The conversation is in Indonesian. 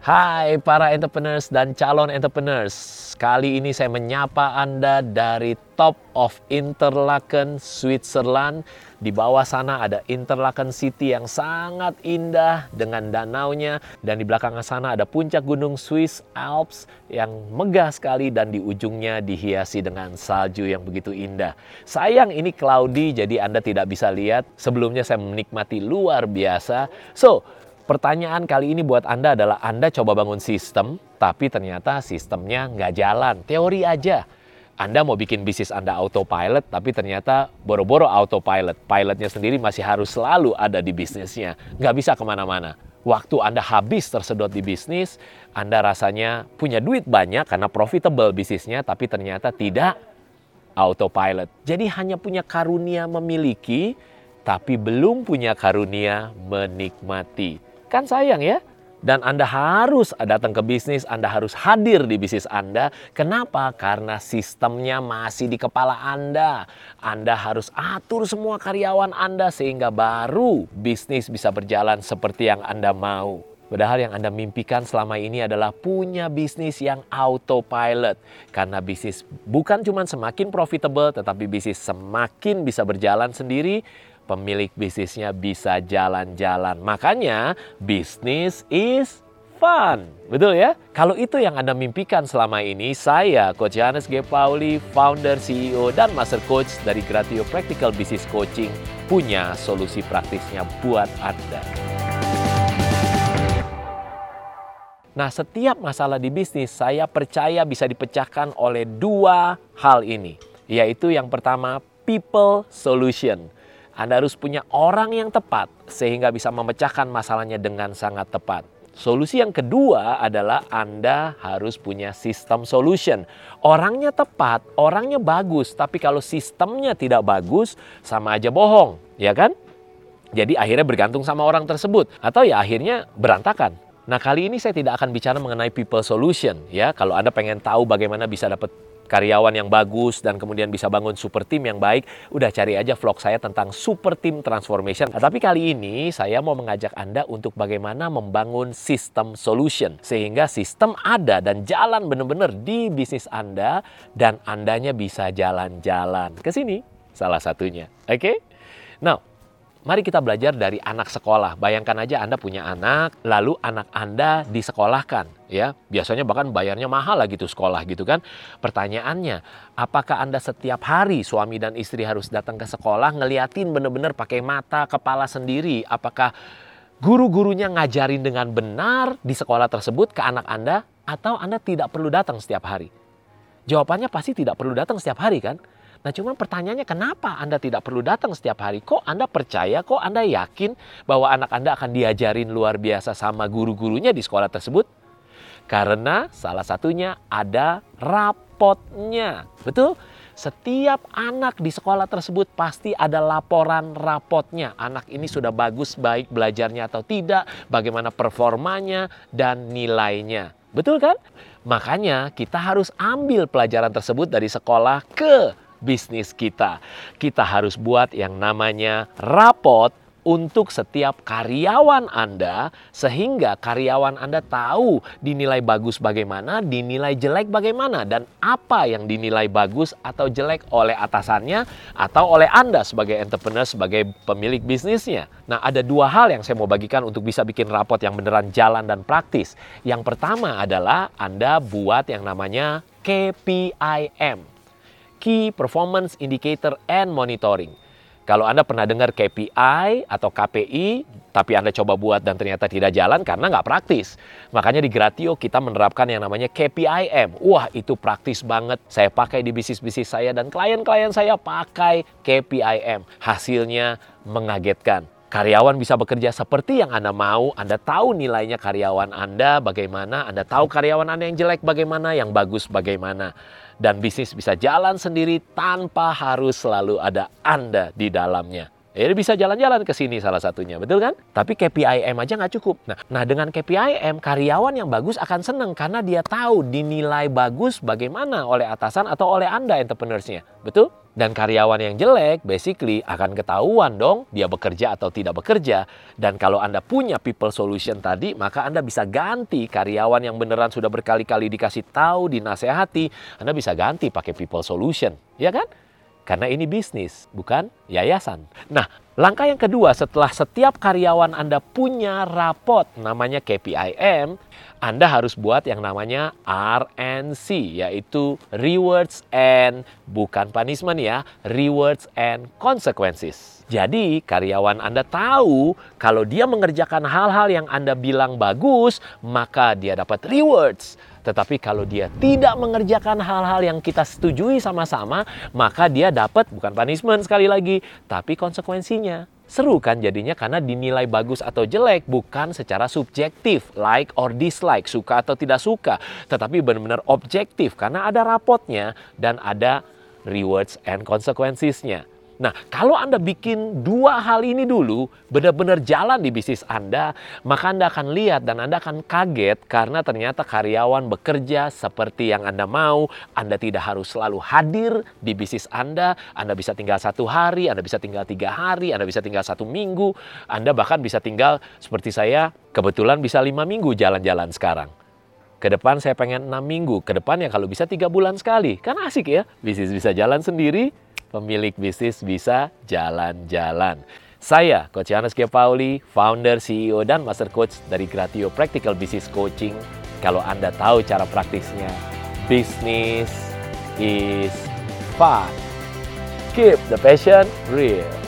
Hai para entrepreneurs dan calon entrepreneurs. Kali ini saya menyapa Anda dari top of Interlaken, Switzerland. Di bawah sana ada Interlaken City yang sangat indah dengan danaunya. Dan di belakang sana ada puncak gunung Swiss Alps yang megah sekali dan di ujungnya dihiasi dengan salju yang begitu indah. Sayang ini cloudy jadi Anda tidak bisa lihat. Sebelumnya saya menikmati luar biasa. Pertanyaan kali ini buat Anda adalah Anda coba bangun sistem, tapi ternyata sistemnya nggak jalan. Teori aja. Anda mau bikin bisnis Anda autopilot, tapi ternyata boro-boro autopilot. Pilotnya sendiri masih harus selalu ada di bisnisnya. Nggak bisa kemana-mana. Waktu Anda habis tersedot di bisnis, Anda rasanya punya duit banyak karena profitable bisnisnya, tapi ternyata tidak autopilot. Jadi hanya punya karunia memiliki, tapi belum punya karunia menikmati. Kan sayang ya? Dan Anda harus datang ke bisnis, Anda harus hadir di bisnis Anda. Kenapa? Karena sistemnya masih di kepala Anda. Anda harus atur semua karyawan Anda sehingga baru bisnis bisa berjalan seperti yang Anda mau. Padahal yang Anda mimpikan selama ini adalah punya bisnis yang autopilot. Karena bisnis bukan cuma semakin profitable, tetapi bisnis semakin bisa berjalan sendiri, pemilik bisnisnya bisa jalan-jalan. Makanya bisnis is fun. Betul ya? Kalau itu yang Anda mimpikan selama ini, saya Coach Johannes G. Pauli, founder, CEO, dan Master Coach dari Gratio Practical Business Coaching, punya solusi praktisnya buat Anda. Nah, setiap masalah di bisnis saya percaya bisa dipecahkan oleh dua hal ini. Yaitu yang pertama, people solution. Anda harus punya orang yang tepat sehingga bisa memecahkan masalahnya dengan sangat tepat. Solusi yang kedua adalah Anda harus punya sistem solution. Orangnya tepat, orangnya bagus, tapi kalau sistemnya tidak bagus, sama aja bohong, ya kan? Jadi akhirnya bergantung sama orang tersebut atau ya akhirnya berantakan. Nah, kali ini saya tidak akan bicara mengenai people solution ya. Kalau Anda pengen tahu bagaimana bisa dapat karyawan yang bagus dan kemudian bisa bangun super team yang baik, udah cari aja vlog saya tentang super team transformation. Nah, tapi kali ini saya mau mengajak Anda untuk bagaimana membangun sistem solution sehingga sistem ada dan jalan benar-benar di bisnis Anda dan Andanya bisa jalan-jalan ke sini salah satunya. Oke? Nah, mari kita belajar dari anak sekolah. Bayangkan aja Anda punya anak, lalu anak Anda disekolahkan. Ya, biasanya bahkan bayarnya mahal lah gitu sekolah gitu kan. Pertanyaannya, apakah Anda setiap hari suami dan istri harus datang ke sekolah ngeliatin bener-bener pakai mata kepala sendiri? Apakah guru-gurunya ngajarin dengan benar di sekolah tersebut ke anak Anda? Atau Anda tidak perlu datang setiap hari? Jawabannya pasti tidak perlu datang setiap hari kan? Nah, cuma pertanyaannya kenapa Anda tidak perlu datang setiap hari? Kok Anda percaya, kok Anda yakin bahwa anak Anda akan diajarin luar biasa sama guru-gurunya di sekolah tersebut? Karena salah satunya ada rapotnya. Betul? Setiap anak di sekolah tersebut pasti ada laporan rapotnya. Anak ini sudah bagus baik belajarnya atau tidak, bagaimana performanya dan nilainya. Betul kan? Makanya kita harus ambil pelajaran tersebut dari sekolah ke bisnis kita. Kita harus buat yang namanya rapot untuk setiap karyawan Anda sehingga karyawan Anda tahu dinilai bagus bagaimana, dinilai jelek bagaimana, dan apa yang dinilai bagus atau jelek oleh atasannya atau oleh Anda sebagai entrepreneur, sebagai pemilik bisnisnya. Nah, ada dua hal yang saya mau bagikan untuk bisa bikin rapot yang beneran jalan dan praktis. Yang pertama adalah Anda buat yang namanya KPIM. Key Performance Indicator and Monitoring. Kalau Anda pernah dengar KPI atau KPI, tapi Anda coba buat dan ternyata tidak jalan karena nggak praktis. Makanya di Gratio kita menerapkan yang namanya KPIM. Wah, itu praktis banget. Saya pakai di bisnis-bisnis saya dan klien-klien saya pakai KPIM. Hasilnya mengagetkan. Karyawan bisa bekerja seperti yang Anda mau. Anda tahu nilainya karyawan Anda bagaimana. Anda tahu karyawan Anda yang jelek bagaimana, yang bagus bagaimana. Dan bisnis bisa jalan sendiri tanpa harus selalu ada Anda di dalamnya. Ya dia bisa jalan-jalan ke sini salah satunya, betul kan? Tapi KPIM aja nggak cukup. Nah, dengan KPIM, karyawan yang bagus akan senang karena dia tahu dinilai bagus bagaimana oleh atasan atau oleh Anda entrepreneurs-nya, betul? Dan karyawan yang jelek, basically akan ketahuan dong dia bekerja atau tidak bekerja. Dan kalau Anda punya people solution tadi, maka Anda bisa ganti karyawan yang beneran sudah berkali-kali dikasih tahu, dinasehati. Anda bisa ganti pakai people solution, ya kan? Karena ini bisnis, bukan yayasan. Nah, langkah yang kedua setelah setiap karyawan Anda punya rapot namanya KPIM, Anda harus buat yang namanya RNC, yaitu Rewards and, bukan punishment ya, Rewards and Consequences. Jadi, karyawan Anda tahu kalau dia mengerjakan hal-hal yang Anda bilang bagus, maka dia dapat rewards. Tetapi kalau dia tidak mengerjakan hal-hal yang kita setujui sama-sama, maka dia dapat bukan punishment sekali lagi, tapi konsekuensinya. Seru kan jadinya karena dinilai bagus atau jelek bukan secara subjektif, like or dislike, suka atau tidak suka. Tetapi benar-benar objektif karena ada rapotnya dan ada rewards and consequences-nya. Nah, kalau Anda bikin dua hal ini dulu, benar-benar jalan di bisnis Anda, maka Anda akan lihat dan Anda akan kaget karena ternyata karyawan bekerja seperti yang Anda mau. Anda tidak harus selalu hadir di bisnis Anda bisa tinggal 1 hari, Anda bisa tinggal 3 hari, Anda bisa tinggal 1 minggu, Anda bahkan bisa tinggal seperti saya, kebetulan bisa 5 minggu jalan-jalan sekarang. Ke depan saya pengen 6 minggu, ke depan ya kalau bisa 3 bulan sekali. Kan asik ya, bisnis bisa jalan sendiri, pemilik bisnis bisa jalan-jalan. Saya, Coach Yohanes G. Pauli, founder, CEO, dan Master Coach dari Gratio Practical Business Coaching. Kalau Anda tahu cara praktisnya, business is fun. Keep the passion real.